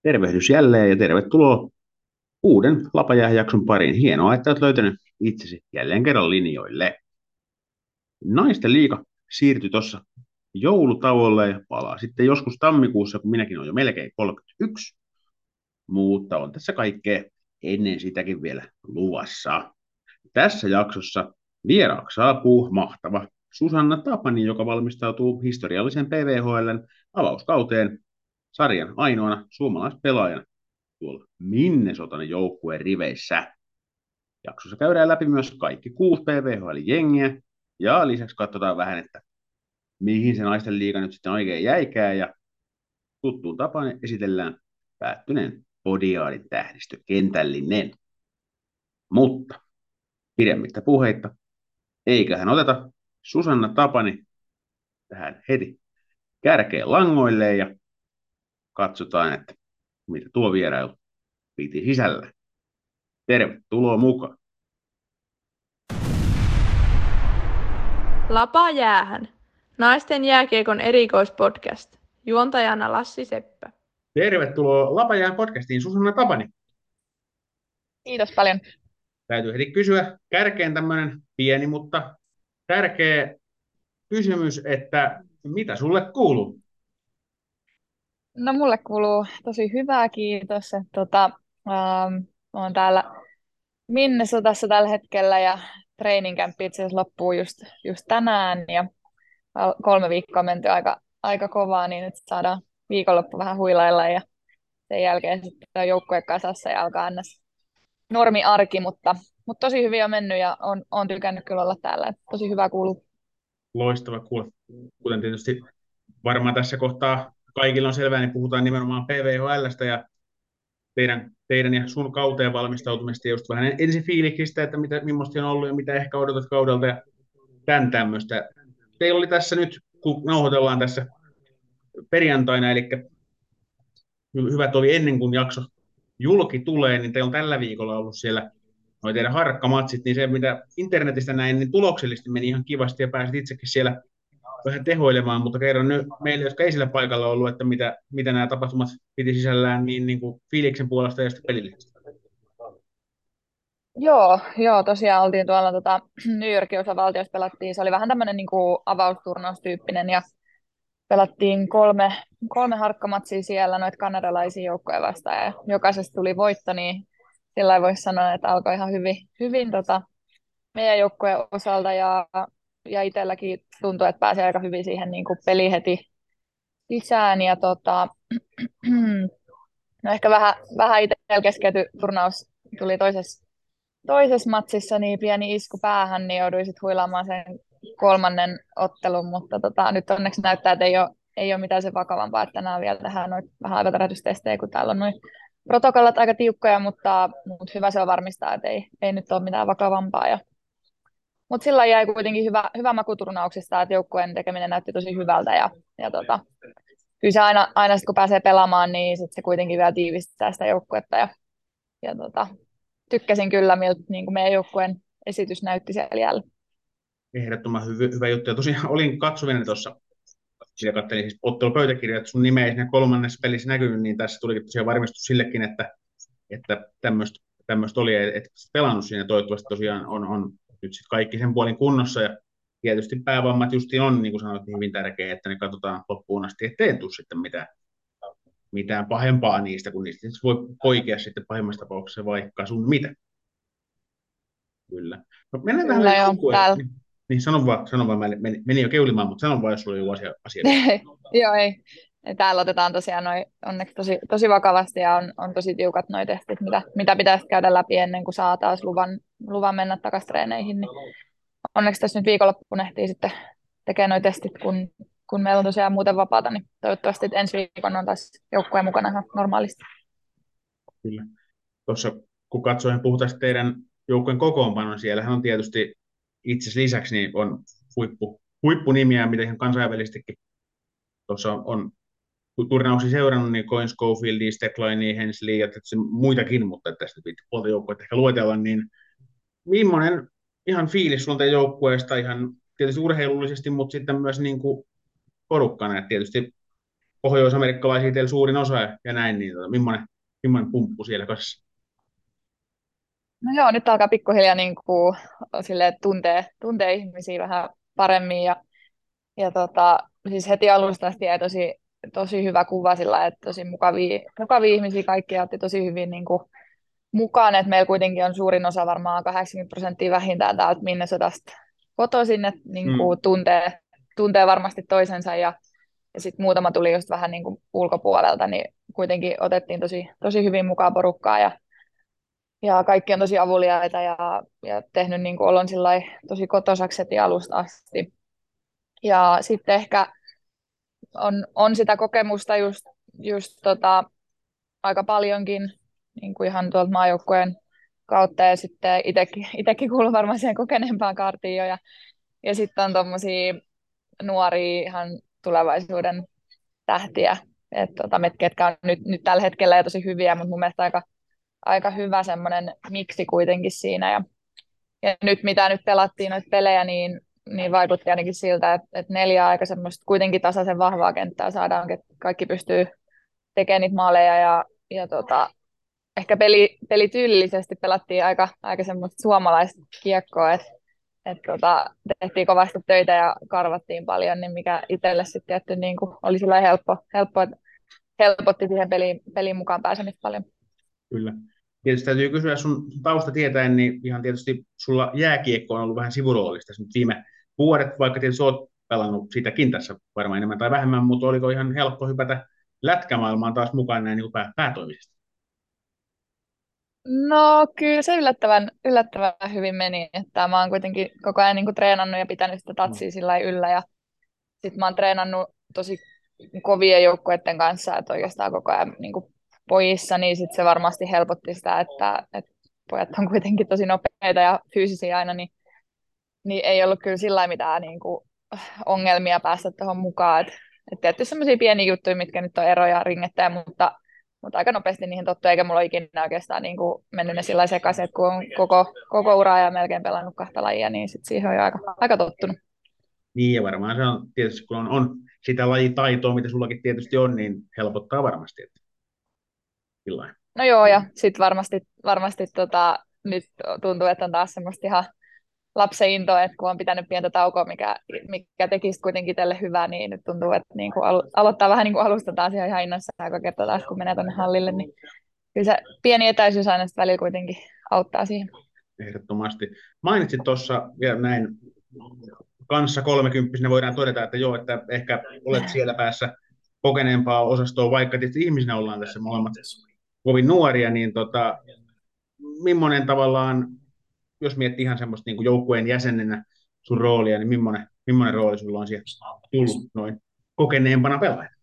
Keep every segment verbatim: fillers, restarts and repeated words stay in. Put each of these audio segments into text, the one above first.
Tervehdys jälleen ja tervetuloa uuden Lapajää-jakson pariin. Hienoa, että olet löytänyt itsesi jälleen kerran linjoille. Naisten liiga siirtyi tuossa joulutauolle ja palaa sitten joskus tammikuussa, kun minäkin olen jo melkein kolmekymmentäyksi, mutta on tässä kaikkea ennen sitäkin vielä luvassa. Tässä jaksossa vieraaksi saapuu mahtava Susanna Tapani, joka valmistautuu historiallisen P V H L:n avauskauteen sarjan ainoana suomalaispelaajana tuolla Minnesotan joukkueen riveissä. Jaksossa käydään läpi myös kaikki kuusi P V H L-jengiä, ja lisäksi katsotaan vähän, että mihin se naisten liiga nyt sitten oikein jäikää, ja tuttuun tapaan esitellään päättyneen Podiaadin tähdistö kentällinen. Mutta pidemmittä puheitta, eiköhän oteta Susanna Tapani tähän heti kärkeen langoilleen, ja katsotaan, että mitä tuo vierailu piti sisällä. Tervetuloa mukaan. Lapa jäähän. Naisten jääkiekon erikoispodcast. Juontajana Lassi Seppä. Tervetuloa Lapajään podcastiin, Susanna Tapani. Kiitos paljon. Täytyy heti kysyä kärkeen tämmöinen pieni, mutta tärkeä kysymys, että mitä sulle kuuluu? No mulle kuuluu tosi hyvää, kiitos. Että, tota, ähm, olen täällä Minnesotassa tällä hetkellä ja training camp itse asiassa loppuu just, just tänään ja al- kolme viikkoa menty aika, aika kovaa, niin nyt saadaan viikonloppu vähän huilailla ja sen jälkeen sitten on joukkue kasassa ja alkaa ns. Normi arki, mutta, mutta tosi hyvin on mennyt ja on, on tykännyt kyllä olla täällä. Että tosi hyvää kuuluu. Loistava kuulla. Kuten tietysti varmaan tässä kohtaa kaikilla on selvää, niin puhutaan nimenomaan P V H L:stä ja teidän, teidän ja sun kauteen valmistautumista ja just vähän ensifiiliksistä, että mitä, millaista on ollut ja mitä ehkä odotat kaudelta ja tämän tämmöistä. Teillä oli tässä nyt, kun nauhoitellaan tässä perjantaina, eli hy- hyvät oli ennen kuin jakso julki tulee, niin teillä on tällä viikolla ollut siellä noi teidän harkkamatsit, niin se mitä internetistä näin, niin tuloksellisesti meni ihan kivasti ja pääsit itsekin siellä vähän tehoilemaan, mutta kerron nyt meille, jotka ei sillä paikalla ollut, että mitä, mitä nämä tapahtumat piti sisällään niin, niin kuin fiiliksen puolesta ja sitten pelillisesti. Joo, joo, tosiaan oltiin tuolla tota, New Yorkin osavaltiossa pelattiin. Se oli vähän tämmöinen niin kuin avausturnaustyyppinen ja pelattiin kolme, kolme harkkamatsia siellä noita kanadalaisia joukkoja vastaan ja jokaisesta tuli voitto, niin sillä voisi sanoa, että alkoi ihan hyvin, hyvin tota, meidän joukkojen osalta ja, ja itselläkin tuntui, että pääsi aika hyvin siihen niin kuin peliin heti sisään ja tota, no ehkä vähän, vähän itsellä keskeyty turnaus tuli toisessa toisessa matsissa niin pieni isku päähän, niin jouduin sitten huilaamaan sen kolmannen ottelun, mutta tota, nyt onneksi näyttää, että ei ole, ei ole mitään sen vakavampaa, että tänään vielä tehdään noin vähän aivotärähdystestejä, kun täällä on noin protokollat aika tiukkoja, mutta, mutta hyvä se on varmistaa, että ei, ei nyt ole mitään vakavampaa. Ja, mutta sillä jäi kuitenkin hyvä, hyvä maku turnauksista, että joukkueen tekeminen näytti tosi hyvältä ja, ja tota, kyllä se aina, aina sit, kun pääsee pelaamaan, niin sit se kuitenkin vielä tiivistää sitä joukkuetta ja, ja tota, tykkäsin kyllä, miltä niin kuin meidän joukkueen esitys näytti siellä jäällä. Ehdottoman hyvä, hyvä juttu. Ja tosiaan olin katsovinen tuossa, siellä katselin siis ottelupöytäkirjaa, että sun nimeä ei siinä kolmannessa pelissä näkynyt, niin tässä tulikin tosiaan varmistus sillekin, että, että tämmöistä tämmöistä oli, että pelannut siinä toivottavasti tosiaan on, on nyt sitten kaikki sen puolin kunnossa ja tietysti päävammat justiin on, niin kuin sanoit, niin hyvin tärkeää, että ne katsotaan loppuun asti, ettei tule sitten mitään, mitään pahempaa niistä, kun niistä siis voi poikea sitten pahimmassa tapauksessa vaikka sun mitä. Kyllä. No mennään Kyllä tähän joo, joukkueen. täällä. Niin, niin sano vaan, sano vaan, mä menin, menin jo keulimaan, mutta sano vaan, jos sulla on joku asia. asia. Joo, ei. Täällä otetaan tosiaan noi, onneksi tosi, tosi vakavasti ja on, on tosi tiukat noi testit, mitä, mitä pitäisi käydä läpi ennen kuin saa taas luvan, luvan mennä takaisin treeneihin. Niin onneksi tässä nyt viikonloppuun ehtii sitten tekemään noi testit, kun, kun meillä on tosiaan muuten vapaata, niin toivottavasti ensi viikon on taas joukkueen mukana ihan normaalisti. Kyllä. Tuossa kun katsoin, puhutaan teidän joukkueen kokoonpanon, siellähän on tietysti itse lisäksi niin on huippu, huippunimiä, mitä ihan kansainvälisestikin tuossa on, on turnauksia seurannut, niin Coin Schofieldia, Stecklinia, Hensley ja muitakin, mutta tästä pitää puolta joukkuetta ehkä luetella, niin millainen ihan fiilis sulla on joukkueesta ihan tietysti urheilullisesti, mutta sitten myös niin kuin porukkana, että tietysti pohjois-amerikkalaisia teillä suurin osa ja, ja näin, niin tota, millainen, millainen pumppu siellä kanssa? No joo, nyt alkaa pikkuhiljaa niin kuin, silleen, tuntee, tuntee ihmisiä vähän paremmin ja, ja tota, siis heti alusta asti jäi tosi, tosi hyvä kuva sillä, että tosi mukavia, mukavia ihmisiä kaikki ja otti tosi hyvin niin kuin, mukaan, että meillä kuitenkin on suurin osa varmaan kahdeksankymmentä prosenttia vähintään täältä Minnesotasta kotoisin, että niin Mm, kuin, tuntee, tuntee varmasti toisensa ja, ja sitten muutama tuli just vähän niin kuin ulkopuolelta, niin kuitenkin otettiin tosi, tosi hyvin mukaan porukkaa ja ja kaikki on tosi avuliaita ja, ja tehnyt niin kuin olon sillai tosi kotosaksi heti alusta asti. Ja sitten ehkä on, on sitä kokemusta just, just tota, aika paljonkin niin kuin ihan tuolta maajoukkojen kautta ja sitten itsekin, itsekin kuulun varmaan siihen kokeneempaan kaartiin jo. Ja, ja sitten on tuommoisia nuoria ihan tulevaisuuden tähtiä, että tota, met, ketkä on nyt, nyt tällä hetkellä jo tosi hyviä, mutta mun mielestä aika, aika hyvä semmoinen miksi kuitenkin siinä. Ja Ja nyt mitä nyt pelattiin noita pelejä, niin, niin vaikutti ainakin siltä, että, että neljä aika semmoista kuitenkin tasaisen vahvaa kenttää saadaan, että kaikki pystyy tekemään niitä maaleja ja, ja tota, ehkä peli, pelityylillisesti pelattiin aika, aika semmoista suomalaista kiekkoa, että et tota, tehtiin kovasti töitä ja karvattiin paljon, niin mikä itselle sitten tietty niin kuin oli sillä helppo, helppo, että helpotti siihen peliin, peliin mukaan pääsemistä paljon. kyllä. Tietysti täytyy kysyä sun tausta tietäen, niin ihan tietysti sulla jääkiekko on ollut vähän sivuroolista tässä nyt viime vuodet, vaikka tietysti olet pelannut sitäkin tässä varmaan enemmän tai vähemmän, mutta oliko ihan helppo hypätä lätkämaailmaan taas mukaan näin niin kuin pää, päätoimisesti? No kyllä se yllättävän, yllättävän hyvin meni, että mä oon kuitenkin koko ajan niin kuin treenannut ja pitänyt sitä No. tatsia sillä lailla yllä ja sit mä oon treenannut tosi kovien joukkueiden kanssa, että oikeastaan koko ajan niin kuin pojissa, niin sit se varmasti helpotti sitä, että, että pojat on kuitenkin tosi nopeita ja fyysisiä aina, niin, niin ei ollut kyllä sillä lailla mitään niin kuin ongelmia päästä tuohon mukaan. Et, et tietysti semmoisia pieniä juttuja, mitkä nyt on eroja ringettää, mutta, mutta aika nopeasti niihin tottuu, eikä mulla ole ikinä oikeastaan niin kuin mennyt ne sillä sekaisin, että kun on koko, koko uraa ja melkein pelannut kahta lajia, niin sit siihen on jo aika, aika tottunut. Niin, ja varmaan se on tietysti, kun on, on sitä lajitaitoa, mitä sullakin tietysti on, niin helpottaa varmasti. Että sillain. No joo, ja sitten varmasti, varmasti tota, nyt tuntuu, että on taas semmoista ihan lapsen intoa, että kun on pitänyt pientä taukoa, mikä, mikä tekisi kuitenkin tälle hyvää, niin nyt tuntuu, että niin kuin alo- aloittaa vähän niin kuin alusta taas ihan innoissaan joka kerta taas, kun menee tuonne hallille, niin kyllä se pieni etäisyys aina sitten välillä kuitenkin auttaa siihen. Ehdottomasti. Mainitsit tuossa vielä näin kanssa kolmekymppisenä voidaan todeta, että joo, että ehkä olet siellä päässä kokeneempaa osastoa, vaikka tietysti ihmisinä ollaan tässä molemmat kovin nuoria, niin tota, millainen tavallaan, jos miettii ihan semmoista niin kuin joukkueen jäsenenä sun roolia, niin millainen, millainen rooli sulla on siellä tullut noin kokeneempana pelaajana?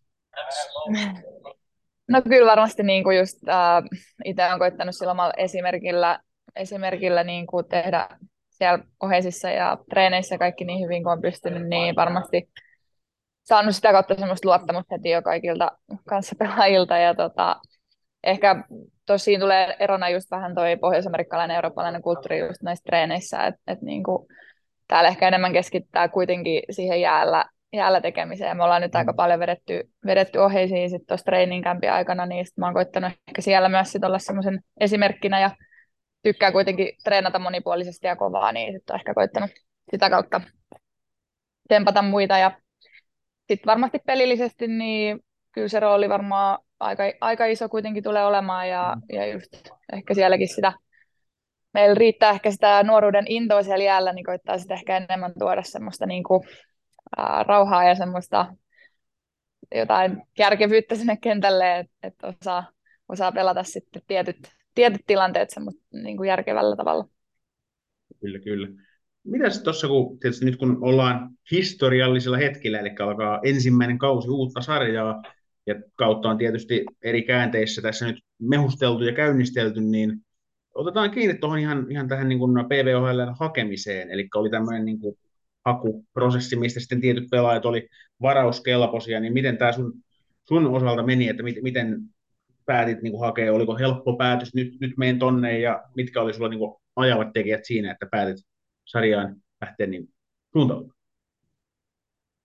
No kyllä varmasti niin kuin just äh, itse olen koittanut sillä omalla esimerkillä, esimerkillä niin kuin tehdä siellä oheisissa ja treeneissä kaikki niin hyvin kuin on pystynyt, niin varmasti saanut sitä kautta semmoista luottamusta heti jo kaikilta kanssapelaajilta. Ja tota, ehkä tosiaan tulee erona just vähän toi pohjois-amerikkalainen ja eurooppalainen kulttuuri just näissä treeneissä, että et niinku, täällä ehkä enemmän keskittää kuitenkin siihen jäällä, jäällä tekemiseen. Me ollaan nyt aika paljon vedetty, vedetty oheisiin sitten tuossa training campin aikana, niin sit mä oon koittanut ehkä siellä myös sit olla semmoisen esimerkkinä ja tykkää kuitenkin treenata monipuolisesti ja kovaa, niin sitten on ehkä koittanut sitä kautta tempata muita. Ja sitten varmasti pelillisesti, niin kyllä se rooli varmaan aika, aika iso kuitenkin tulee olemaan ja, ja just ehkä sielläkin sitä, meillä riittää ehkä sitä nuoruuden intoa siellä jäällä, niin koittaa sitä ehkä enemmän tuoda semmoista niin kuin, ää, rauhaa ja semmoista jotain järkevyyttä sinne kentälle, että et osaa, osaa pelata sitten tietyt, tietyt tilanteet semmoista niin kuin järkevällä tavalla. Kyllä, kyllä. Mitäs tuossa, kun tietysti nyt kun ollaan historiallisella hetkellä, eli alkaa ensimmäinen kausi uutta sarjaa, ja kautta on tietysti eri käänteissä tässä nyt mehusteltu ja käynnistelty, niin otetaan kiinni tuohon ihan, ihan tähän niin kuin P V O H:n hakemiseen, eli oli tämmöinen niin kuin hakuprosessi, mistä sitten tietyt pelaajat oli varauskelpoisia, niin miten tämä sun, sun osalta meni, että mit, miten päätit niin kuin hakea, oliko helppo päätös, nyt, nyt menen tonne, ja mitkä oli sulla niin kuin ajavat tekijät siinä, että päätit sarjaan lähteä niin suuntautumaan?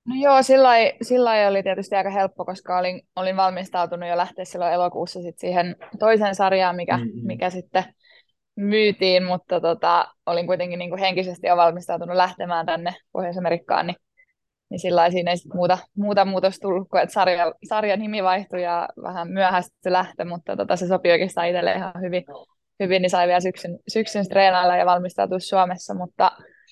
No joo, sillä lailla sillä lailla oli tietysti aika helppo, koska olin, olin valmistautunut jo lähteä silloin elokuussa sit siihen toiseen sarjaan, mikä, Mm-mm. mikä sitten myytiin, mutta tota, olin kuitenkin niin kuin henkisesti jo valmistautunut lähtemään tänne Pohjois-Amerikkaan, niin, niin sillä lailla siinä ei sit muuta, muuta muutos tullut kuin, että sarja, sarjan nimi vaihtui ja vähän myöhästyi se lähtö, mutta tota, se sopi oikeastaan itselle ihan hyvin, hyvin, niin sai vielä syksyn, syksyn treenailla ja valmistautua Suomessa, mutta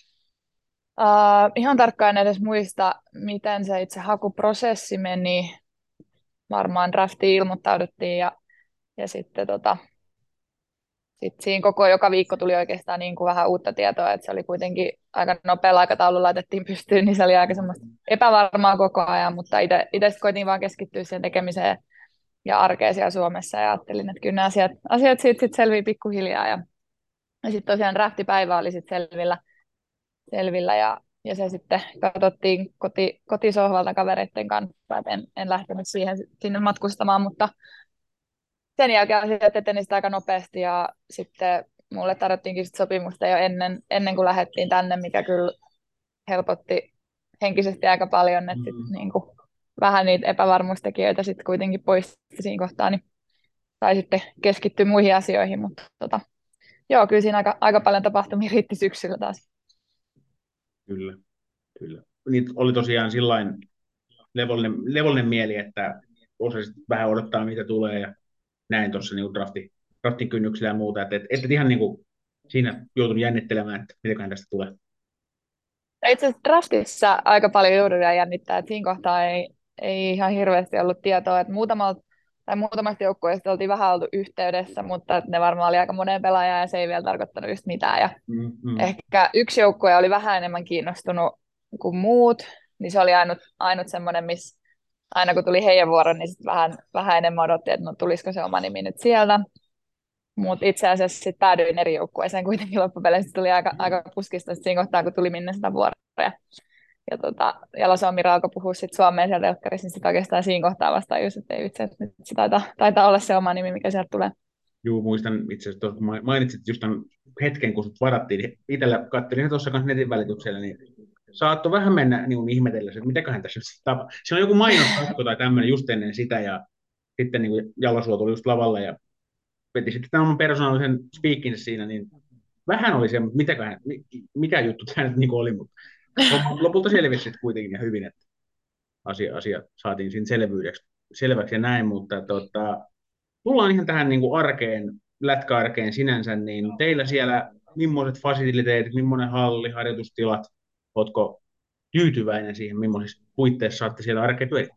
Uh, ihan tarkkaan en edes muista, miten se itse hakuprosessi meni. Varmaan draftiin ilmoittauduttiin ja, ja sitten tota, sit siinä koko joka viikko tuli oikeastaan niin kuin vähän uutta tietoa, että se oli kuitenkin aika nopealla aikataululla laitettiin pystyyn, niin se oli aika semmoista epävarmaa koko ajan, mutta itse sitten koitin vaan keskittyä siihen tekemiseen ja arkeen siellä Suomessa ja ajattelin, että kyllä nämä asiat, asiat siitä sitten selvii pikkuhiljaa ja, ja sitten tosiaan draftipäivä oli sitten selvillä selvillä ja, ja se sitten katsottiin koti, kotisohvalta kavereiden kanssa, että en, en lähtenyt siihen, sinne matkustamaan, mutta sen jälkeen asiat eteni sitä aika nopeasti ja sitten mulle tarjottiinkin sit sopimusta jo ennen, ennen kuin lähdettiin tänne, mikä kyllä helpotti henkisesti aika paljon, että sit Mm. niin kuin vähän niitä epävarmuustekijöitä sitten kuitenkin poisti siinä kohtaa, niin sai sitten keskittyä muihin asioihin, mutta tota, joo, kyllä siinä aika, aika paljon tapahtumia riitti syksyllä taas. Kyllä, kyllä. Niitä oli tosiaan sillain levollinen, levollinen mieli, että osasit vähän odottaa, mitä tulee, ja näin tuossa niin drafti, draftin kynnyksillä ja muuta, että et, et, et ihan niin kuin siinä joutunut jännittelemään, että mitäköhän tästä tulee. No itse asiassa draftissa aika paljon joudun vielä jännittää, että siinä kohtaa ei, ei ihan hirveästi ollut tietoa, että muutamalla, tai muutamasta joukkueesta oltiin vähän oltu yhteydessä, mutta että ne varmaan oli aika moneen pelaajaan ja se ei vielä tarkoittanut just mitään. Ja Mm, mm. ehkä yksi joukkue oli vähän enemmän kiinnostunut kuin muut, niin se oli ainut, ainut semmoinen, missä aina kun tuli heidän vuoro, niin sit vähän, vähän enemmän odotti, että no tulisiko se oma nimi nyt sieltä. Mutta itse asiassa sitten päädyin eri joukkueeseen kuitenkin loppupeleissä. Se tuli aika, aika puskista siinä kohtaa, kun tuli minne sitä vuoroja. Ja, tota, ja Laso-Mira alkoi puhua sitten suomeen sieltä telkkarissa, niin sitten oikeastaan siinä kohtaa vasta just, että ei vitsi, että nyt se taitaa, taitaa olla se oma nimi, mikä sieltä tulee. Juu, muistan itse asiassa, tuossa, kun mainitsit just tämän hetken, kun sut varattiin, niin itsellä katselin tuossa kanssa netin välityksellä, niin saattoi vähän mennä niin ihmetellä, että mitäköhän tässä nyt tapa. Siinä on joku mainoskatko tai tämmöinen just ennen sitä, ja sitten niin Jalosvuo tuli just lavalle ja veti sitten tämän oman persoonallisen speakinsa siinä, niin vähän oli se, mutta mitäköhän, mikä juttu tämä nyt niin oli, mutta lopulta selvisi sitten kuitenkin ja hyvin, että asia, asia saatiin siinä selvyydeksi, selväksi ja näin, mutta tota, tullaan ihan tähän niin kuin arkeen, lätkäarkeen sinänsä, niin teillä siellä millaiset fasiliteetit, millainen halli, harjoitustilat, oletko tyytyväinen siihen, millaisissa puitteissa saatte siellä arkea pyörittää?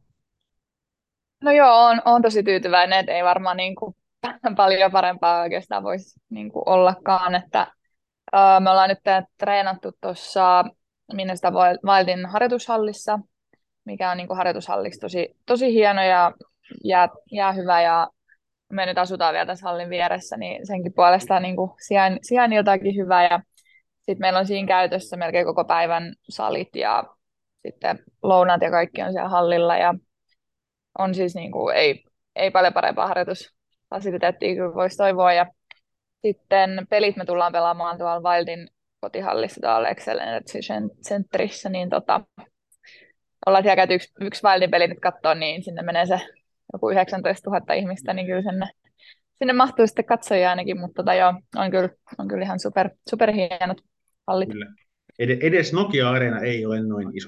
No joo, on, on tosi tyytyväinen, että ei varmaan niin kuin paljon parempaa oikeastaan voisi niin kuin ollakaan, että ää, me ollaan nyt treenattu tuossa Minnesota Wildin harjoitushallissa, mikä on niin kuin harjoitushalliksi tosi, tosi hieno ja jää, jää hyvä ja me nyt asutaan vielä tässä hallin vieressä, niin senkin puolesta niin kuin sijain, sijainniltakin hyvä ja sitten meillä on siinä käytössä melkein koko päivän salit ja sitten lounat ja kaikki on siellä hallilla ja on siis niin kuin, ei, ei paljon parempaa harjoitusfasiliteettia kuin voisi toivoa ja sitten pelit me tullaan pelaamaan tuolla Wildin kotihallissa tuolla Excellency Centerissä, niin tota, ollaan siellä käyty yksi, yksi Wildin peli nyt katsoa, niin sinne menee se joku yhdeksäntoistatuhatta ihmistä, niin kyllä sinne, sinne mahtuu sitten katsojia ainakin, mutta tota, joo, on kyllä, on kyllä ihan super, super hienot hallit. Kyllä. Edes Nokia-areena ei ole noin iso.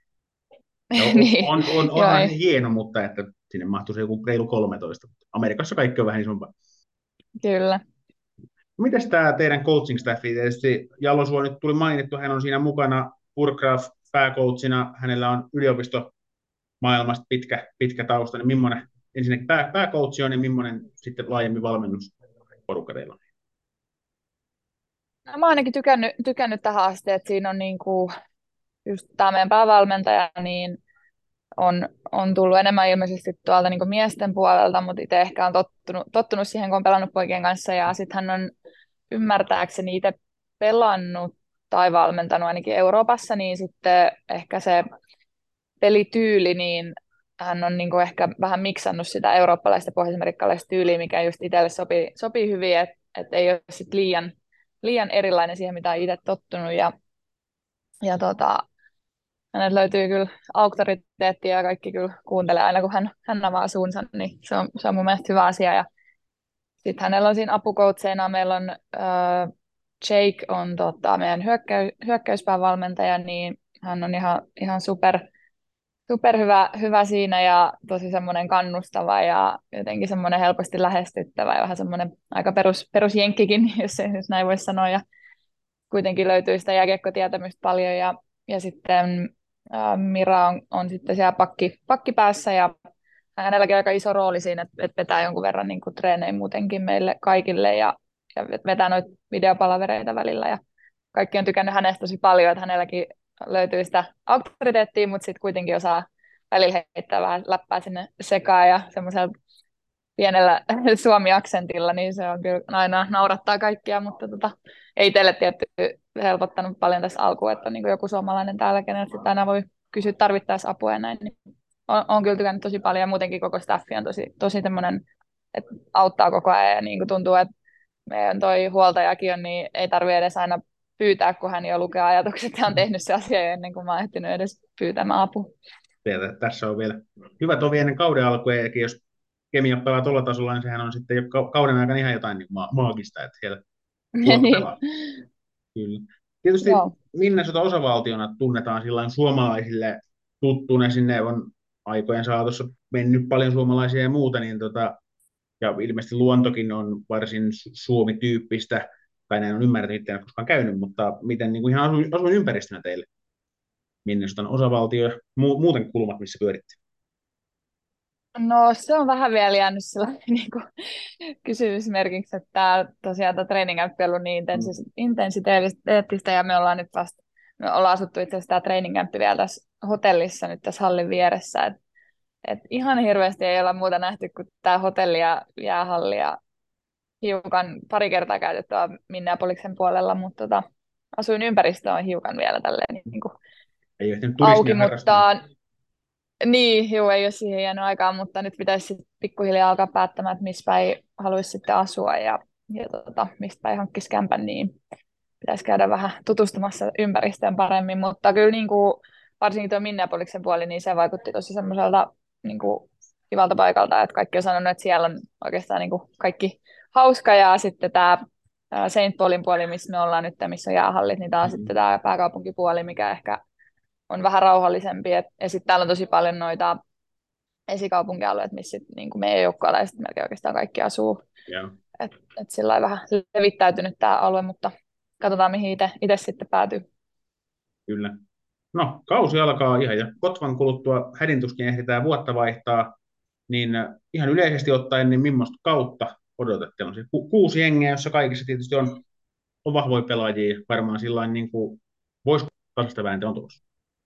Ja on, niin, on, on, joo, onhan ei. se hieno, mutta että sinne mahtuu se joku reilu kolmetoista. Amerikassa kaikki on vähän isompaa. Kyllä. Mites tämä teidän coaching staffi? Tietysti Jalosvuo nyt tuli mainittu, hän on siinä mukana Burggraf pääcoachina, hänellä on yliopistomaailmasta pitkä, pitkä tausta, niin millainen ensinnäkin pää, pääcoachi on ja millainen sitten laajemmin valmennusporukka teillä on? No, mä oon ainakin tykännyt, tykännyt tähän asti, että siinä on niinku, just tämä meidän päävalmentaja, niin on, on tullut enemmän ilmeisesti tuolta niin miesten puolelta, mutta itse ehkä on tottunut, tottunut siihen, kun on pelannut poikien kanssa. Ja sitten hän on ymmärtääkseni itse pelannut tai valmentanut ainakin Euroopassa, niin sitten ehkä se pelityyli, niin hän on niin ehkä vähän miksannut sitä eurooppalaista ja pohjois-amerikkalaista tyyliä, mikä just itselle sopii, sopii hyvin, että et ei ole sit liian, liian erilainen siihen, mitä on itse tottunut. Ja, ja tota, hänet löytyy kyllä auktoriteettia ja kaikki kyllä kuuntelee aina, kun hän, hän avaa suunsa, niin se on, se on mun mielestä hyvä asia. Ja sitten hänellä on siinä apukoutseina, meillä on äh, Jake on tota, meidän hyökkäy, hyökkäyspäävalmentaja, niin hän on ihan, ihan super, super hyvä, hyvä siinä ja tosi semmoinen kannustava ja jotenkin semmoinen helposti lähestyttävä ja vähän semmoinen aika perus, perusjenkkikin, jos, jos näin voisi sanoa. Ja kuitenkin löytyy sitä jääkiekkotietämystä paljon ja, ja sitten ää, Mira on, on sitten siellä pakki, pakkipäässä ja hänelläkin on aika iso rooli siinä, että, että vetää jonkun verran niin kuin treenejä muutenkin meille kaikille ja, ja vetää noita videopalavereita välillä ja kaikki on tykännyt hänestä tosi paljon, että hänelläkin löytyy sitä auktoriteettia, mutta sitten kuitenkin osaa välillä heittää vähän läppää sinne sekaan ja semmoisella pienellä suomi-aksentilla, niin se on kyllä aina naurattaa kaikkia, mutta tota, ei teille tietty helpottanut paljon tässä alkuun, että on niin joku suomalainen täällä, keneltä sitä aina voi kysyä tarvittaessa apua ja näin, niin on, on kyllä tykännyt tosi paljon ja muutenkin koko staffi on tosi, tosi semmoinen, että auttaa koko ajan ja niin kuin tuntuu, että meidän toi huoltajakin on, niin ei tarvitse edes aina pyytää, kun hän jo lukee ajatukset ja on tehnyt se asia ennen kuin mä oon ehtinyt edes pyytämään apua. Tässä on vielä hyvä tovi ennen kauden alkua, ja jos kemia pelaa tuolla tasolla, niin sehän on sitten jo kauden aikana ihan jotain niin ma- maagista, että siellä luokka niin. pelaa. Kyllä. Tietysti Joo. Minnesota osavaltiona tunnetaan sillain suomalaisille tuttuna, sinne on aikojen saatossa mennyt paljon suomalaisia ja muuta, niin tota, ja ilmeisesti luontokin on varsin su- suomi-tyyppistä, tai näin on ymmärretty, itse en ole koskaan käynyt, mutta miten niin kuin ihan asuin, asuin ympäristönä teille Minnesotan osavaltio ja mu- muuten kulmat, missä pyöritte? No se on vähän vielä jäänyt sellainen niin kuin, kysymysmerkiksi, että tää, tosiaan tämä treeningkämppi on ollut niin intensi- intensiteettistä ja me ollaan nyt vasta, me ollaan asuttu itse asiassa tämä treeningkämppi vielä tässä hotellissa nyt tässä hallin vieressä, että et ihan hirveästi ei olla muuta nähty kuin tämä hotelli ja jäähalli ja hiukan pari kertaa käytettyä Minneapoliksen puolella, mutta tota, asuinympäristö on hiukan vielä tälleen niin kuin Ei ole ehtinyt auki, turismia harrastamaan. mutta niin, joo, ei ole siihen jäänyt aikaa, mutta nyt pitäisi sitten pikkuhiljaa alkaa päättämään, että missä päin haluaisi sitten asua ja, ja tota, mistä päin hankkisi kämpän, niin pitäisi käydä vähän tutustumassa ympäristöön paremmin, mutta kyllä niin kuin, varsinkin tuo Minneapoliksen puoli, niin se vaikutti tosi semmoiselta niin kuin, kivalta paikalta, että kaikki on sanonut, että siellä on oikeastaan niin kuin, kaikki hauska ja sitten tämä Saint Paulin puoli, missä me ollaan nyt, missä on jäähallit, niin tämä on Mm-hmm. sitten tämä pääkaupunkipuoli, mikä ehkä on vähän rauhallisempi. Et, ja sitten täällä on tosi paljon noita esikaupunkialueet, missä sit, niin meidän joukkuealaiset melkein oikeastaan kaikki asuu. Joo. Et, et sillä on vähän levittäytynyt tämä alue, mutta katsotaan mihin itse sitten päätyy. Kyllä. No, kausi alkaa ihan ja Kotvan kuluttua hädintuskin ehditään vuotta vaihtaa, niin äh, ihan yleisesti ottaen, niin millaista kautta odotatte? On se ku- kuusi jengiä, jossa kaikissa tietysti on, on vahvoja pelaajia, varmaan sillain niin kuin, voisiko tasasta vääntö on tulossa?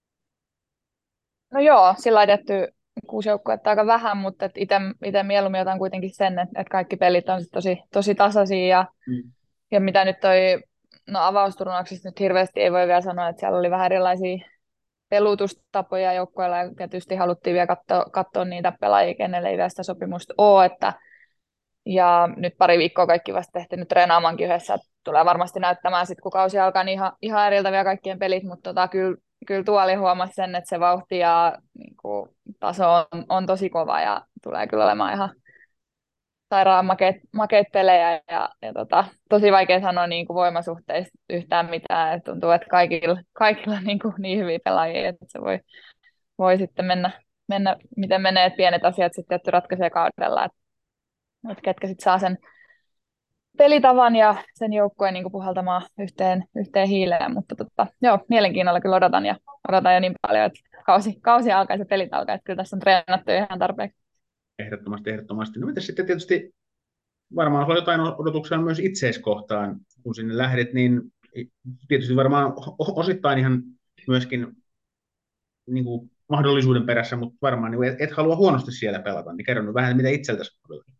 No joo, sillä on tietty kuusi joukkuetta aika vähän, mutta itse mieluummin otan kuitenkin sen, että et kaikki pelit on sit tosi, tosi tasaisia ja, Mm. ja mitä nyt toi, no avausturnauksista nyt hirveästi ei voi vielä sanoa, että siellä oli vähän erilaisia pelutustapoja joukkueilla ja tietysti haluttiin vielä katsoa, katsoa niitä pelaajia, kenelle ei vielä sitä sopimusta ole, että ja nyt pari viikkoa kaikki vasta tehty treenaamankin yhdessä, että tulee varmasti näyttämään sitten, kun kausi alkaa, niin ihan, ihan eriltä vielä kaikkien pelit, mutta tota, kyllä, kyllä tuoli huomasi sen, että se vauhti ja niin kuin, taso on, on tosi kova ja tulee kyllä olemaan ihan sairaan makeet, makeet pelejä ja, ja tota, tosi vaikea sanoa niin kuin voimasuhteista yhtään mitään, että tuntuu, että kaikilla, kaikilla niin, kuin, niin hyviä pelaajia, että se voi, voi sitten mennä, mennä, miten menee, että pienet asiat sitten ratkaisee kaudella, että, että ketkä sitten saa sen pelitavan ja sen joukkueen niin kuin puhaltamaan yhteen, yhteen hiileen, mutta tota, joo, mielenkiinnolla kyllä odotan ja odotan jo niin paljon, että kausi, kausi alkaa ja se pelit alkaa, että kyllä tässä on treenattu ihan tarpeeksi. Ehdottomasti, ehdottomasti. No mitäs sitten tietysti, varmaan sulla jotain odotuksia myös itseesi kohtaan, kun sinne lähdet, niin tietysti varmaan osittain ihan myöskin niin kuin mahdollisuuden perässä, mutta varmaan niin et, et halua huonosti siellä pelata, niin kerro nyt vähän, mitä itseltäsi odotat.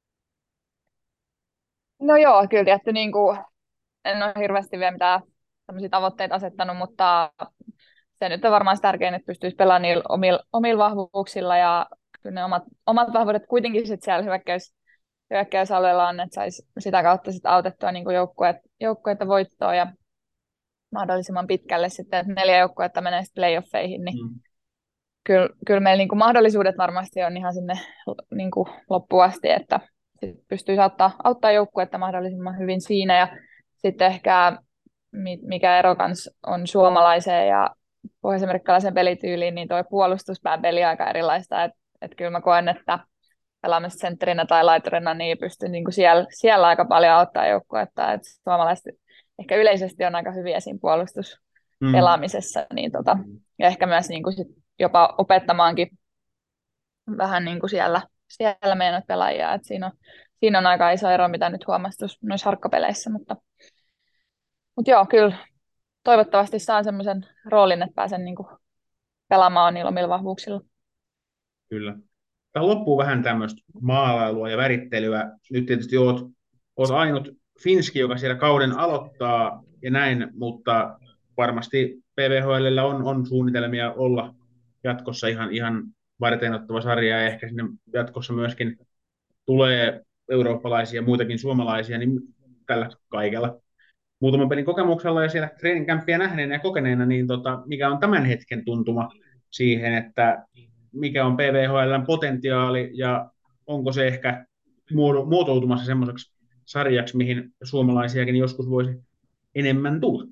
No joo, kyllä tietty niin kuin, en ole hirveästi vielä mitään tämmöisiä tavoitteita asettanut, mutta se nyt on varmaan se tärkein, että pystyisi pelaamaan niillä omilla, omilla vahvuuksilla ja kyllä ne omat, omat vahvuudet kuitenkin sit siellä hyökkäys, hyökkäysalueella on, että saisi sitä kautta sit autettua niin joukkueet, joukkueita voittoon ja mahdollisimman pitkälle sitten, että neljä joukkuetta menee sitten playoffeihin, niin Mm. kyllä, kyllä meillä niin kuin mahdollisuudet varmasti on ihan sinne niin kuin loppuun asti, että sit pystyisi auttaa, auttaa joukkuetta mahdollisimman hyvin siinä. Ja sitten ehkä mikä ero kans on suomalaiseen ja pohjois-amerikkalaisen pelityyliin, niin tuo puolustuspään peli on aika erilaista. Että et kyllä mä koen, että pelaamassa sentterinä tai laiturina, niin pystyn niin kuin siellä, siellä aika paljon auttaa joukkuetta. Että suomalaiset ehkä yleisesti on aika hyviä siinä Mm. puolustuspelaamisessa, niin tota, ja ehkä myös niin kuin sit jopa opettamaankin vähän niin kuin siellä, siellä meidän pelaajia. Et siinä, on, siinä on aika iso ero, mitä nyt huomasi noissa harkkapeleissä, mutta, mutta joo, kyllä toivottavasti saan semmoisen roolin, että pääsen niin kuin pelaamaan niillä omilla vahvuuksilla. Kyllä. Tähän loppuu vähän tämmöistä maalailua ja värittelyä. Nyt tietysti oot, oot ainut finski, joka siellä kauden aloittaa ja näin, mutta varmasti P V H L:llä on, on suunnitelmia olla jatkossa ihan, ihan varteenottava sarja ja ehkä sinne jatkossa myöskin tulee eurooppalaisia ja muitakin suomalaisia, niin tällä kaikella muutaman pelin kokemuksella ja siellä treeninkämppiä nähneenä ja kokeneena, niin tota, mikä on tämän hetken tuntuma siihen, että mikä on P V H L:n potentiaali ja onko se ehkä muotoutumassa semmoiseksi sarjaksi, mihin suomalaisiakin joskus voisi enemmän tulla?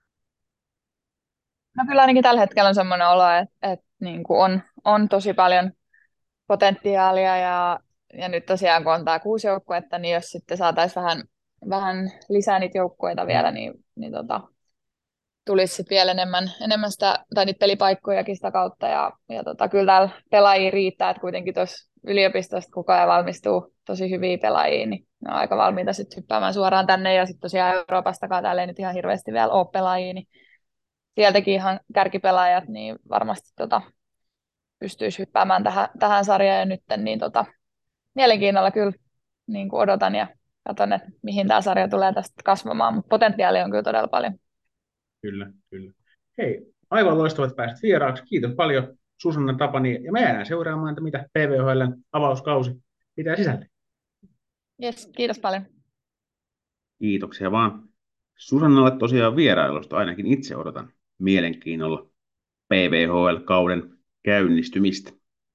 No kyllä ainakin tällä hetkellä on semmoinen olo, että, että niin kuin on, on tosi paljon potentiaalia ja, ja nyt tosiaan kun on tämä kuusi joukkuetta, niin jos sitten saataisiin vähän, vähän lisää niitä joukkueita vielä, niin, niin tota, tulisi sitten vielä enemmän, enemmän sitä, tai niitä pelipaikkojakin sitä kautta. Ja, ja tota, kyllä täällä pelaajia riittää, että kuitenkin tuossa yliopistosta koko ajan valmistuu tosi hyviä pelaajia, niin ne on aika valmiita sitten hyppäämään suoraan tänne. Ja sitten tosiaan Euroopastakaan täällä ei nyt ihan hirveästi vielä ole pelaajia, niin sieltäkin ihan kärkipelaajat, niin varmasti tota, pystyisi hyppäämään tähän, tähän sarjaan ja nyt, niin tota, mielenkiinnolla kyllä niin kuin odotan ja katson, että mihin tämä sarja tulee tästä kasvamaan, mutta potentiaalia on kyllä todella paljon. Kyllä, kyllä. Hei, aivan loistavat päästä vieraaksi. Kiitos paljon Susanna Tapani. Ja me jäädään seuraamaan, että mitä P V H L:n avauskausi pitää sisällä. Yes, kiitos paljon. Kiitoksia vaan Susannalle tosiaan vierailusta. Ainakin itse odotan mielenkiinnolla P V H L-kauden käynnistymistä.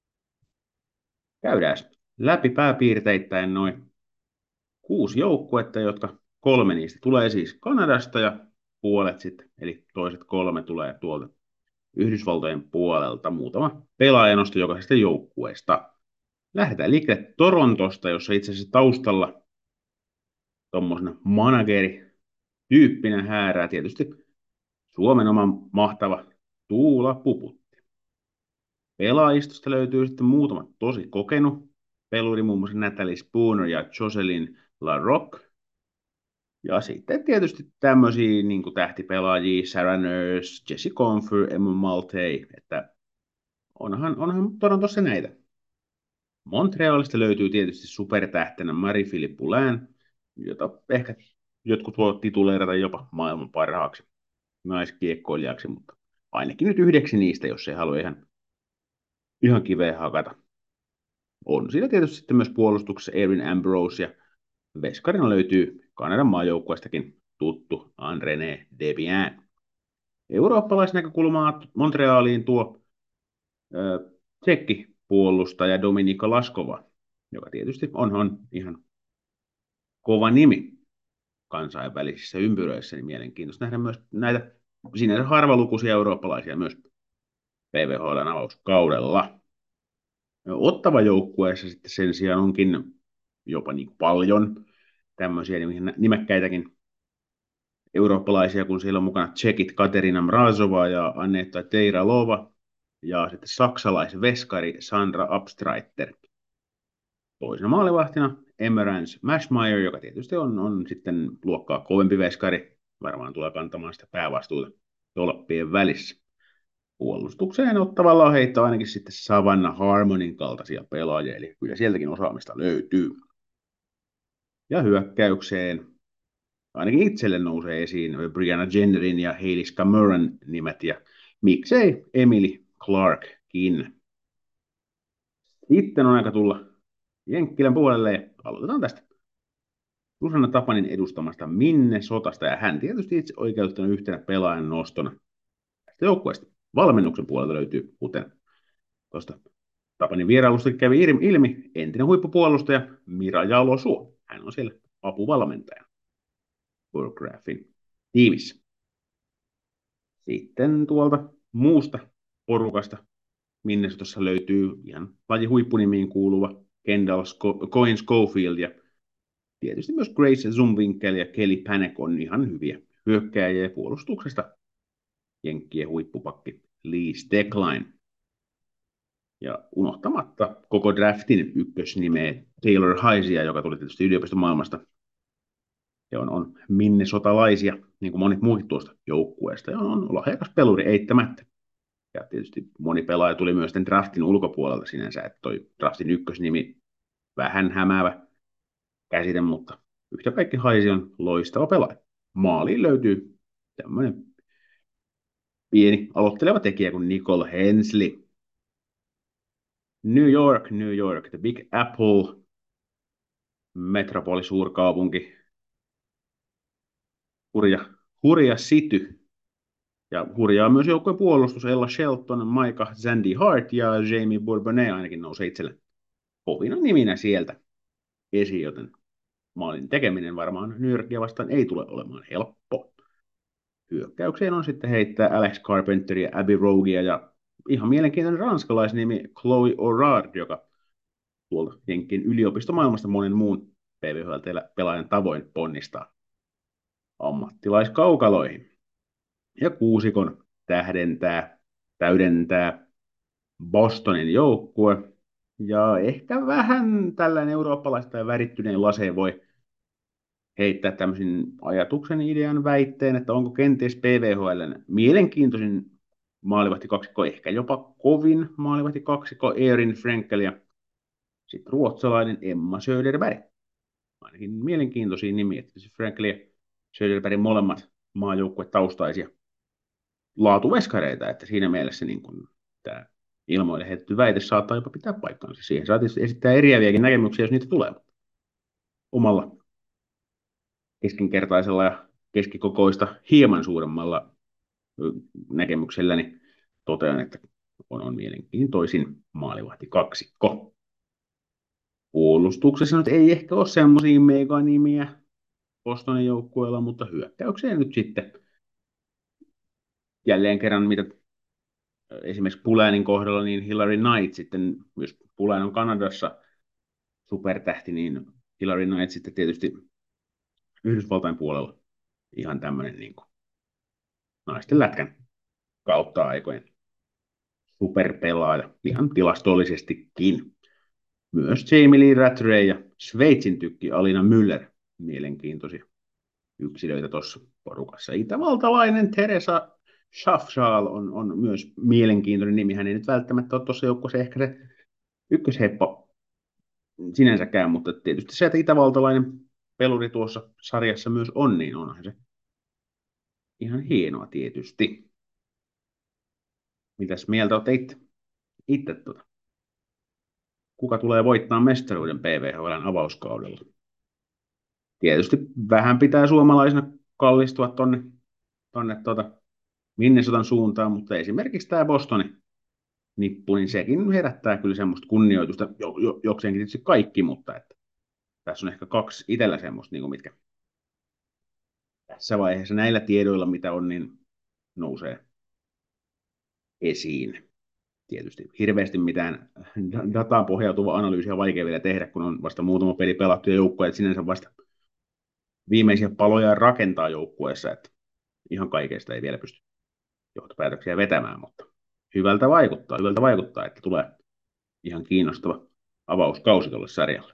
Käydään läpi pääpiirteittäin noin kuusi joukkuetta, jotka kolme niistä tulee siis Kanadasta ja puolet sitten, eli toiset kolme tulee tuolta Yhdysvaltojen puolelta. Muutama pelaajanosto jokaisesta joukkueesta. Lähdetään liikkeelle Torontosta, jossa itse asiassa taustalla tuommoisena manageri-tyyppinen häärää tietysti Suomen oma mahtava Tuula Puputti. Pelaajistosta löytyy sitten muutama tosi kokenut peluri, muun muassa Natalie Spooner ja Jocelyn LaRocque. Ja sitten tietysti tämmöisiä niin kuin tähtipelaajia, Sarah Nurse, Jesse Confer, Emma Maltey, että onhan, onhan Torontossa näitä. Montrealista löytyy tietysti supertähtenä Marie-Philippe Poulin, jota ehkä jotkut voivat tituleerata jopa maailman parhaaksi naiskiekkoilijaksi, mutta ainakin nyt yhdeksi niistä, jos ei halua ihan, ihan kiveen hakata. On siinä tietysti sitten myös puolustuksessa Erin Ambrose ja veskarina löytyy Kanadan maajoukkueestakin tuttu André Debian. Eurooppalaisnäkökulmaa Montrealiin tuo ö, tsekkipuolustaja Dominika Laskova, joka tietysti on, on ihan kova nimi kansainvälisissä ympyröissä, niin mielenkiintoista nähdä myös näitä sinänsä harvalukuisia eurooppalaisia myös P V H L:n avauskaudella. Ottava joukkueessa sitten sen sijaan onkin jopa niin paljon tämmöisiä nimekkäitäkin eurooppalaisia, kun siellä on mukana tsekit Katerina Mrazova ja Anetta Teiralova ja sitten saksalaisveskari Sandra Abstreiter. Toisena maalivahtina Emerance Mashmeyer, joka tietysti on, on sitten luokkaa kovempi veskari, varmaan tulee kantamaan sitä päävastuuta tolppien välissä. Puolustukseen ottavalla on heitto ainakin sitten Savannah Harmonin kaltaisia pelaajia, eli kyllä sieltäkin osaamista löytyy. Ja hyökkäykseen ainakin itselle nousee esiin Brianna Jennerin ja Hailey Scamuran nimet, ja miksei Emily Clarkkin. Sitten on aika tulla Jenkkilän puolelle, ja aloitetaan tästä Susanna Tapanin edustamasta Minnesotasta, ja hän tietysti itse oikeuttanut yhtenä pelaajan nostona tästä joukkueesta. Valmennuksen puolelta löytyy, kuten tuosta Tapanin vierailusta kävi ilmi, entinen huippupuolustaja Mira Jalosuo. Hän on siellä apuvalmentaja Burggraffin tiimissä. Sitten tuolta muusta porukasta Minnesotassa löytyy ihan laji huippunimiin kuuluva Kendall Sco- Cohen Schofield ja tietysti myös Grace Zumwinkel ja Kelly Panek on ihan hyviä hyökkääjiä puolustuksesta. Jenkkien huippupakki Lee Steckline. Ja unohtamatta koko draftin ykkösnimeä Taylor Heisia, joka tuli tietysti yliopistomaailmasta. Ja on, on minnesotalaisia, niin kuin monet muut tuosta joukkueesta. Ja on, on lahjakas peluri eittämättä. Ja tietysti moni pelaaja tuli myös tämän draftin ulkopuolelta sinänsä, että toi draftin ykkösnimi vähän hämäävä käsite, mutta yhtä kaikki Haisi on loistava pelaaja. Maaliin löytyy tämmöinen pieni aloitteleva tekijä kuin Nicole Hensley. New York, New York, the Big Apple, metropoli, suurkaupunki, hurja, hurja city. Ja hurjaa myös joukkueen puolustus, Ella Shelton, Maika Zandy Hart ja Jamie Bourbonnais ainakin nousee itselle kovina niminä sieltä esiin, joten maalin tekeminen varmaan New Yorkia vastaan ei tule olemaan helppo. Hyökkäykseen on sitten heittää Alex Carpenter ja Abby Rogia ja ihan mielenkiintoinen ranskalaisnimi Chloe Orard, joka tuolta Jenkkien yliopistomaailmasta monen muun P V H-pelaajan tavoin ponnistaa ammattilaiskaukaloihin. Ja kuusikon tähdentää, täydentää Bostonin joukkue. Ja ehkä vähän tällainen eurooppalaista värittyneen laseen voi heittää tämmöisen ajatuksen, idean, väitteen, että onko kenties P V H:n mielenkiintoisin maalivahtikaksikko, ehkä jopa kovin maalivahtikaksikko Erin Frenkel ja sitten ruotsalainen Emma Söderberg. Ainakin mielenkiintoisia nimiä, että Frenkel ja Söderbergin molemmat maajoukkuetaustaisia laatuveskareita, että siinä mielessä niin kun tämä ilmoille heitetty väite saattaa jopa pitää paikkansa. Siihen saa esittää eriäviäkin näkemyksiä, jos niitä tulee. Omalla keskinkertaisella ja keskikokoista hieman suuremmalla näkemykselläni totean, että on, on mielenkiintoisin maalivahti kaksikko. Puolustuksessa nyt ei ehkä ole semmoisia meganimiä Bostonin joukkueella, mutta hyökkäykseen nyt sitten jälleen kerran, mitä esimerkiksi Pulanin kohdalla, niin Hillary Knight sitten, jos Pulan on Kanadassa supertähti, niin Hillary Knight sitten tietysti Yhdysvaltain puolella ihan tämmöinen niin kuin naisten lätkän kautta aikojen superpelaaja, ihan tilastollisestikin. Myös Jamie Lee Rattray ja Sveitsin tykki Alina Müller, mielenkiintoisia yksilöitä tuossa porukassa. Itävaltalainen Teresa Schaffschaal on, on myös mielenkiintoinen nimi. Hän ei nyt välttämättä ole tuossa joukkueessa ehkä se ykkösheppo sinänsäkään, mutta tietysti se, että itävaltalainen peluri tuossa sarjassa myös on, niin onhan se ihan hienoa tietysti. Mitäs mieltä olet itse? itse tuota? Kuka tulee voittaa mestaruuden P V H:n avauskaudella? Tietysti vähän pitää suomalaisena kallistua tonne, tonne tuota Minnesotan suuntaan, mutta esimerkiksi tämä Bostonin nippu, niin sekin herättää kyllä semmoista kunnioitusta, jo, jo, jokseenkin tietysti kaikki, mutta että tässä on ehkä kaksi itsellä semmoista, niin kuin mitkä tässä vaiheessa näillä tiedoilla, mitä on, niin nousee esiin. Tietysti hirveästi mitään dataan pohjautuvaa analyysiä on vaikea vielä tehdä, kun on vasta muutama peli pelattu ja joukkueet sinänsä vasta viimeisiä paloja rakentaa joukkueessa, että ihan kaikesta ei vielä pysty johtopäätöksiä vetämään, mutta hyvältä vaikuttaa, hyvältä vaikuttaa, että tulee ihan kiinnostava avauskausi tuolle sarjalle.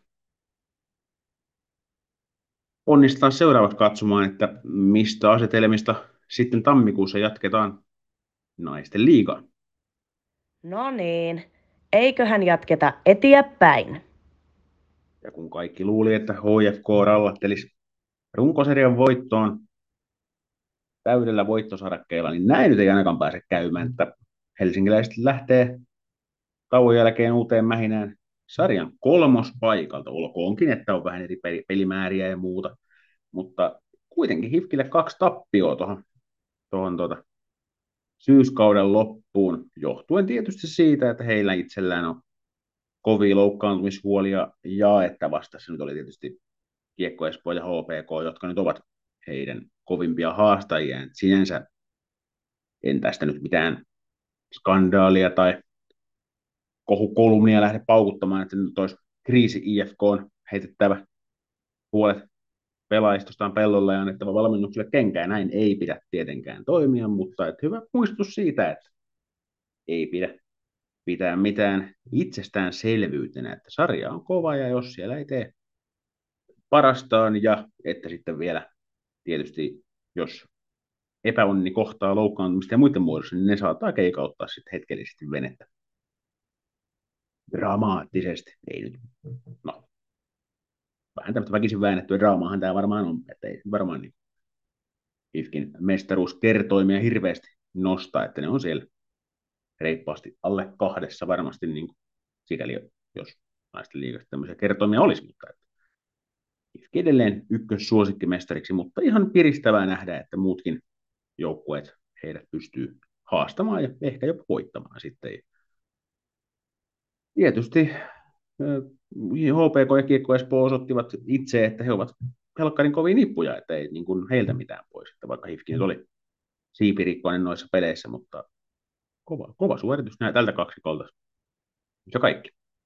Onnistetaan seuraavaksi katsomaan, että mistä asetelmista sitten tammikuussa jatketaan naisten liigaa. No niin, eiköhän jatketa eteenpäin. Ja kun kaikki luuli, että H F K rallattelisi runkosarjan voittoon täydellä voittosarakkeella, niin näin nyt ei ainakaan pääse käymään, että helsinkiläiset lähtee tauon jälkeen uuteen mähinään sarjan kolmospaikalta, olkoonkin, että on vähän eri pelimääriä ja muuta, mutta kuitenkin H I F Kille kaksi tappioa tuohon tuohon tuota, syyskauden loppuun, johtuen tietysti siitä, että heillä itsellään on kovia loukkaantumishuolia jaettavasta. Se nyt oli tietysti Kiekko Espoo ja H P K, jotka nyt ovat heidän kovimpia haastajia. Sinänsä en tästä nyt mitään skandaalia tai kohukolumnia lähde paukuttamaan, että nyt olisi kriisi I F K on heitettävä puolet pelaajistostaan pellolle ja annettava valmennukselle kenkään. Näin ei pidä tietenkään toimia, mutta että hyvä muistutus siitä, että ei pidä pitää mitään itsestäänselvyytenä, että sarja on kova ja jos siellä ei tee parastaan ja että sitten vielä tietysti jos epäonni kohtaa loukkaantumista ja muiden muodossa, niin ne saattaa keikauttaa sitten hetkellisesti venettä. Dramaattisesti. Ei nyt. No. Vähän tämmöistä väkisin väännettyä draamaahan tämä varmaan on, että ei varmaan niin H I F K:n mestaruuskertoimia hirveästi nostaa, että ne on siellä reippaasti alle kahdessa varmasti, niin kuin, sikäli jos naisten liigasta tämmöisiä kertoimia olisi, mutta että H I F K edelleen ykkössuosikkimestariksi, mutta ihan piristävää nähdä, että muutkin joukkueet heidät pystyy haastamaan ja ehkä jopa voittamaan sitten. Tietysti H P K ja Kiekko Espoo osoittivat itse, että he ovat helkkarin kovia nippuja, että ei niin kuin heiltä mitään pois, että vaikka H I F K nyt oli siipirikkoinen noissa peleissä, mutta kova, kova suoritus näin tältä kaksikolta. Ja kaikki.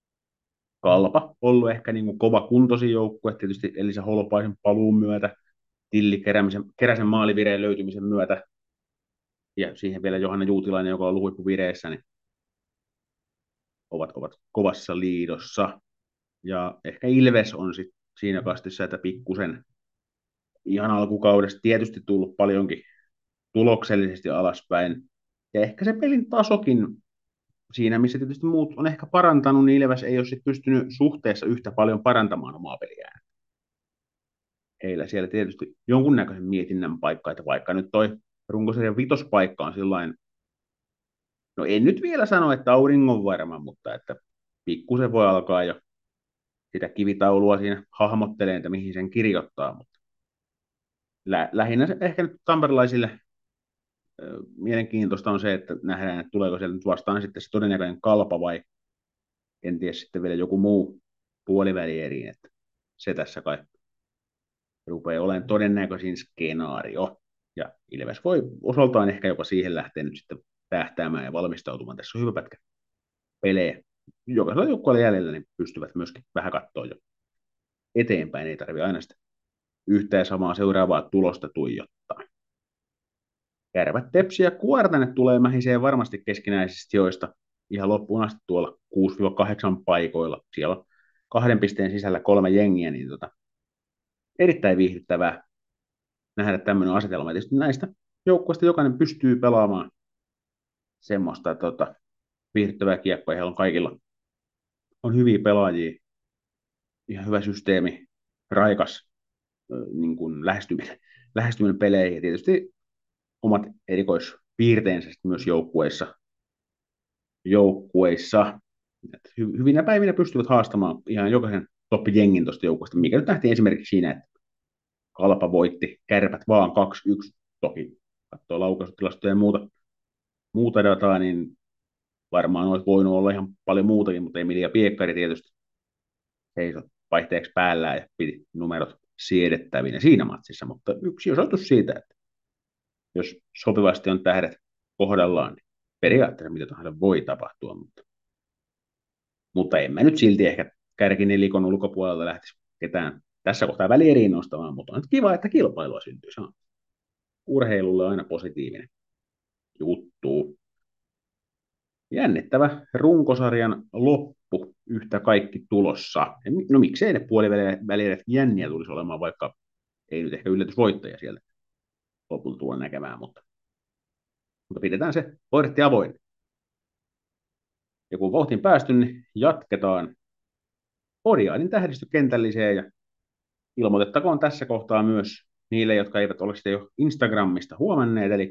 Kalpa ollut ehkä niin kuin kova kuntoisin joukkue, tietysti Elisa Holopaisen paluun myötä, Tilli Keräsen, Keräsen maalivireen löytymisen myötä, ja siihen vielä Johanna Juutilainen, joka on ollut huippuvireessä, niin ovat, ovat kovassa liidossa. Ja ehkä Ilves on sit siinä kastissa, että pikkusen ihan alkukaudesta tietysti tullut paljonkin tuloksellisesti alaspäin. Ja ehkä se pelin tasokin siinä, missä tietysti muut on ehkä parantanut, niin Ilves ei ole sit pystynyt suhteessa yhtä paljon parantamaan omaa peliään. Heillä siellä tietysti jonkunnäköisen mietinnän paikka, että vaikka nyt toi runkosarjan vitospaikka on sillain, no en nyt vielä sano, että auringon varma, mutta että pikkusen voi alkaa jo sitä kivitaulua siinä hahmottelee, että mihin sen kirjoittaa, mutta lä- lähinnä se, ehkä nyt tamperilaisille ö, mielenkiintoista on se, että nähdään, että tuleeko sieltä nyt vastaan sitten se todennäköinen Kalpa vai kenties sitten vielä joku muu puolivälieriin, että se tässä kai rupeaa olemaan todennäköisin skenaario. Ja Ilves voi osaltaan ehkä jopa siihen lähteä nyt sitten tähtäämään ja valmistautumaan. Tässä on hyvä pätkä pelejä. Jokaisella joukkueella jäljellä niin pystyvät myöskin vähän katsoa jo eteenpäin. Ei tarvitse aina sitä yhtä ja samaa seuraavaa tulosta tuijottaa. Kärpät, Tepsi ja Kuortane tulee mähiseen varmasti keskinäisistä sijoista ihan loppuun asti tuolla kuusi kahdeksan paikoilla. Siellä on kahden pisteen sisällä kolme jengiä, niin tota, erittäin viihdyttävää nähdä tämmöinen asetelma. Tietysti näistä joukkueista jokainen pystyy pelaamaan semmoista tota, viihdyttävää kiekkoa. Heillä on kaikilla on hyviä pelaajia, ihan hyvä systeemi, raikas niin kuin lähestyminen, lähestyminen peleihin ja tietysti omat erikoispiirteensä myös joukkueissa. joukkueissa. Hy- hyvinä päivinä pystyvät haastamaan ihan jokaisen toppijengin tuosta joukkueesta, mikä nyt nähtiin esimerkiksi siinä, että Kalpa voitti Kärpät vaan kaksi yksi. Toki katsoo laukaisutilastoja ja muuta, muuta dataa, niin varmaan olisi voinut olla ihan paljon muutakin, mutta Emilia Piekkari tietysti seisoi vaihteeksi päällään ja piti numerot siedettävinä siinä matsissa, mutta yksi osoitus siitä, että jos sopivasti on tähdet kohdallaan, niin periaatteessa mitä tahansa voi tapahtua, mutta, mutta en mä nyt silti ehkä kärkinelikon ulkopuolelta lähtisi ketään tässä kohtaa välieriin nostamaan, mutta on nyt kiva, että kilpailua syntyy. Se on urheilulle aina positiivinen juttu. Jännittävä runkosarjan loppu yhtä kaikki tulossa. No miksei ne puolivälieret jänniä tulisi olemaan, vaikka ei nyt ehkä yllätysvoittajia sieltä lopulta tulla näkemään, mutta, mutta pidetään se portti avoin. Ja kun vauhtiin päästy, niin jatketaan Podiaidin tähdistökentälliseen ja ilmoitettakoon tässä kohtaa myös niille, jotka eivät ole sitä jo Instagramista huomanneet, eli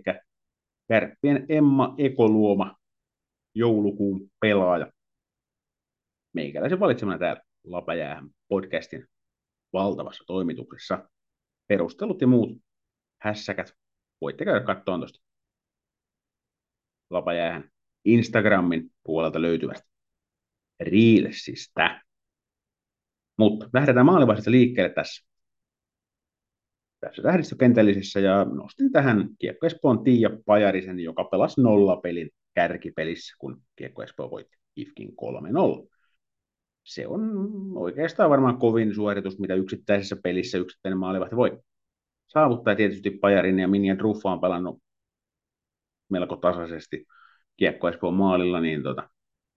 Kärppien Emma Ekoluoma, joulukuun pelaaja. meikäläisen valitsemana täällä Lapajäähän podcastin valtavassa toimituksessa. Perustelut ja muut hässäkät voitte käydä katsomaan tuosta Lapajäähän Instagramin puolelta löytyvästä Reelsistä. Mutta lähdetään maalivahdista liikkeelle tässä. Tässä tähdistökentällisessä ja nostin tähän Kiekko Espoon Tiia Pajarisen, joka pelasi nollapelin kärkipelissä, kun Kiekko Espoo voitti I F K:n kolme nolla. Se on oikeastaan varmaan kovin suoritus, mitä yksittäisessä pelissä yksittäinen maalivahti voi saavuttaa. Tietysti Pajarinen ja Minja Druffa on pelannut melko tasaisesti Kiekko Espoon maalilla, niin tota,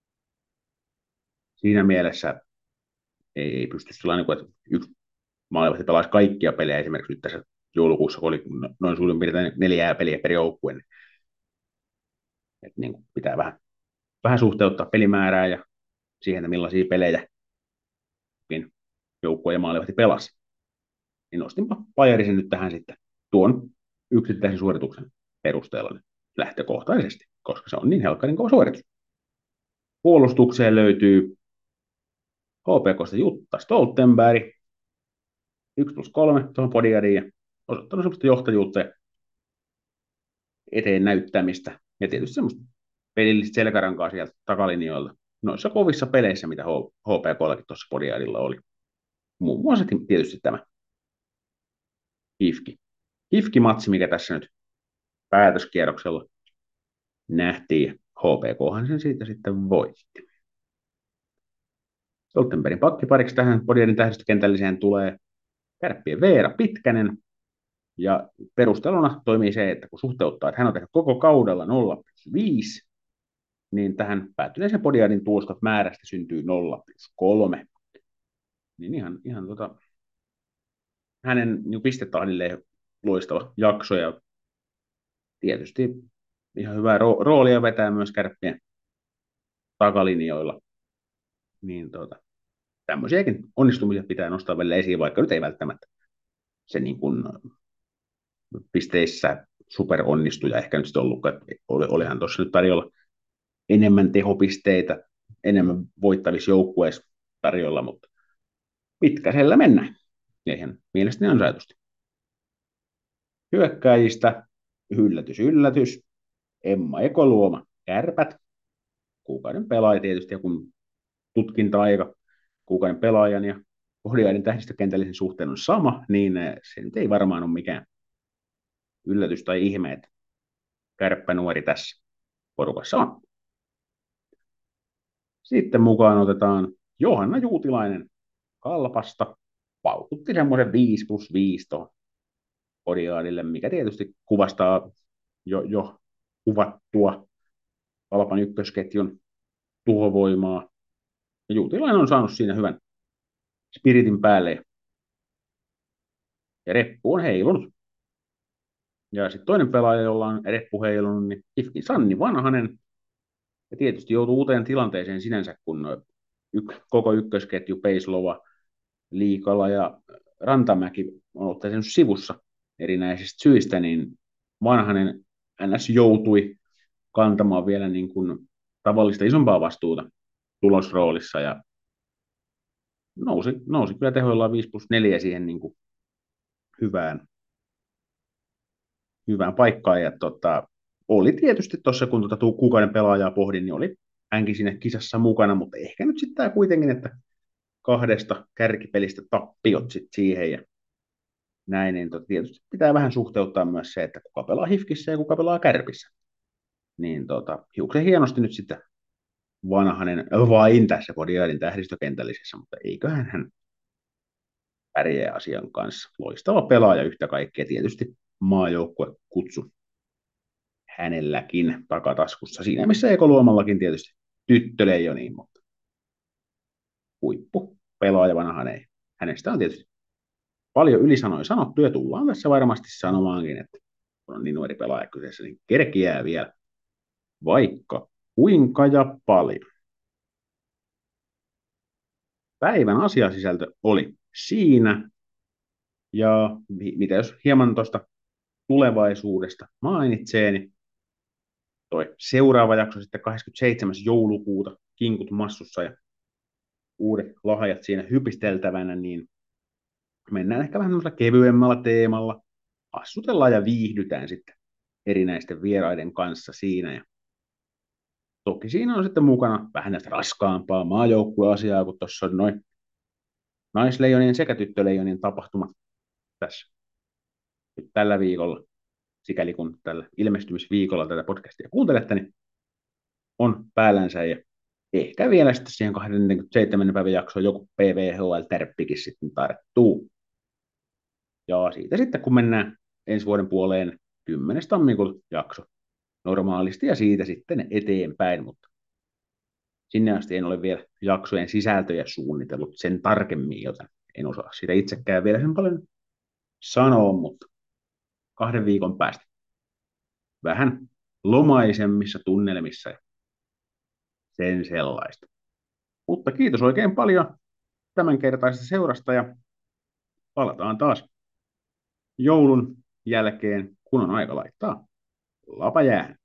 siinä mielessä ei, ei pysty sillä tavalla, että yksi maalivahti pelaisi kaikkia pelejä. Esimerkiksi nyt tässä joulukuussa, kun oli noin suurin piirtein neljää peliä per joukkue, niin, että niin pitää vähän, vähän suhteuttaa pelimäärää ja siihen, että millaisia pelejä joukkue ja maalivahti pelasi. Niin nostinpa Pajarisen nyt tähän sitten tuon yksittäisen suorituksen perusteella lähtökohtaisesti, koska se on niin helkkarin kova suoritus. Puolustukseen löytyy H P K:sta Jutta Stoltenberg, yksi plus kolme tuohon Podiadiin ja osoittanut semmoista johtajuutta ja eteen näyttämistä ja tietysti semmoista pelillistä selkärankaa sieltä takalinjoilta noissa kovissa peleissä, mitä H P K:llakin tuossa Podiadilla oli. Muun muassa tietysti tämä I F K. I F K-matsi, mikä tässä nyt päätöskierroksella nähtiin, H P K:han sen siitä sitten voitti. Stoltenbergin pakkipariksi tähän Podiadin tähdistökentälliseen tulee Kärppien Veera Pitkänen, ja perusteluna toimii se, että kun suhteuttaa, että hän on tehnyt koko kaudella nolla plus viisi, niin tähän päättyneeseen Podiadin tulosta määrästä syntyy nolla plus kolme. Niin ihan, ihan tota, hänen niin pistetahdilleen loistava jakso, ja tietysti ihan hyvää ro- roolia vetää myös Kärppien takalinjoilla. Niin tota, tämmöisiäkin onnistumisia pitää nostaa välillä esiin, vaikka nyt ei välttämättä se niin kuin pisteissä superonnistuja ehkä nyt sitten ollut, että olihan tuossa nyt tarjolla enemmän tehopisteitä, enemmän voittavissa joukkueissa tarjolla, mutta pitkäisellä mennään. Ja ihan mielestäni on saatusti. Hyökkäjistä yllätys, yllätys. Emma Ekoluoma, Kärpät. Kuukauden pelaaja tietysti, ja kun tutkinta-aika kuukauden pelaajan ja Podiadin tähdistökentällisen suhteen on sama, niin se nyt ei varmaan ole mikään yllätys tai ihme, että kärppänuori tässä porukassa on. Sitten mukaan otetaan Johanna Juutilainen Kalpasta. Paukutti semmoisen viisi plus viisi tuohon Podiadille, mikä tietysti kuvastaa jo, jo kuvattua Kalpan ykkösketjun tuhovoimaa. Ja Juutilainen on saanut siinä hyvän spiritin päälle. Ja reppu on heilunut. Ja sitten toinen pelaaja, jolla on reppu heilunut, niin I F K:n Sanni Vanhanen. Ja tietysti joutuu uuteen tilanteeseen sinänsä, kun yk- koko ykkösketju Peislova, Liikala ja Rantamäki on ollut sen sivussa erinäisistä syistä, niin Vanhanen N S joutui kantamaan vielä niin kuin tavallista isompaa vastuuta tulosroolissa ja nousi, nousi kyllä tehoillaan viisi plus neljä siihen niin kuin hyvään, hyvään paikkaan. Ja tota, oli tietysti tuossa, kun tuota kuukauden pelaajaa pohdin, niin oli hänkin siinä kisassa mukana, mutta ehkä nyt sitten tämä kuitenkin, että kahdesta kärkipelistä tappiot sit siihen ja näin, niin tota, tietysti pitää vähän suhteuttaa myös se, että kuka pelaa Hifkissä ja kuka pelaa Kärpissä. Niin tota, hiuksen hienosti nyt sitten Vanhanen vain tässä Podiadin tähdistökentällisessä, mutta eiköhän hän pärjää asian kanssa. Loistava pelaaja yhtä kaikkea, tietysti maajoukkue kutsu hänelläkin takataskussa. Siinä missä Ekoluomallakin tietysti tyttöleijoniin, mutta huippu pelaaja Vanhanen. Hänestä on tietysti paljon ylisanoja sanottu ja tullaan tässä varmasti sanomaankin, että kun on niin nuori pelaaja kyseessä, niin kerkiää vielä vaikka kuinka ja paljon. Päivän asiasisältö oli siinä. Ja mitä jos hieman tuosta tulevaisuudesta mainitsee, niin toi seuraava jakso sitten kahdeskymmenesseitsemäs joulukuuta Kinkut Massussa ja uudet lahjat siinä hypisteltävänä, niin mennään ehkä vähän kevyemmällä teemalla. Hassutellaan ja viihdytään sitten erinäisten vieraiden kanssa siinä. Ja toki siinä on sitten mukana vähän näistä raskaampaa maajoukkueasiaa, kun tuossa on noin naisleijonien sekä tyttöleijonien tapahtumat tässä nyt tällä viikolla, sikäli kun tällä ilmestymisviikolla tätä podcastia kuuntelette, niin on päällänsä. Ja ehkä vielä sitten siihen kaksikymmentäseitsemän päivän jaksoon joku P V H L-tärppikin sitten tarttuu. Ja siitä sitten kun mennään ensi vuoden puoleen kymmenes tammikuuta jakso normaalisti ja siitä sitten eteenpäin, mutta sinne asti en ole vielä jaksojen sisältöjä suunnitellut sen tarkemmin, joten en osaa sitä itsekään vielä sen paljon sanoa, mutta kahden viikon päästä vähän lomaisemmissa tunnelmissa ja sen sellaista. Mutta kiitos oikein paljon tämänkertaisesta seurasta ja palataan taas joulun jälkeen, kun on aika laittaa lapa jäähän.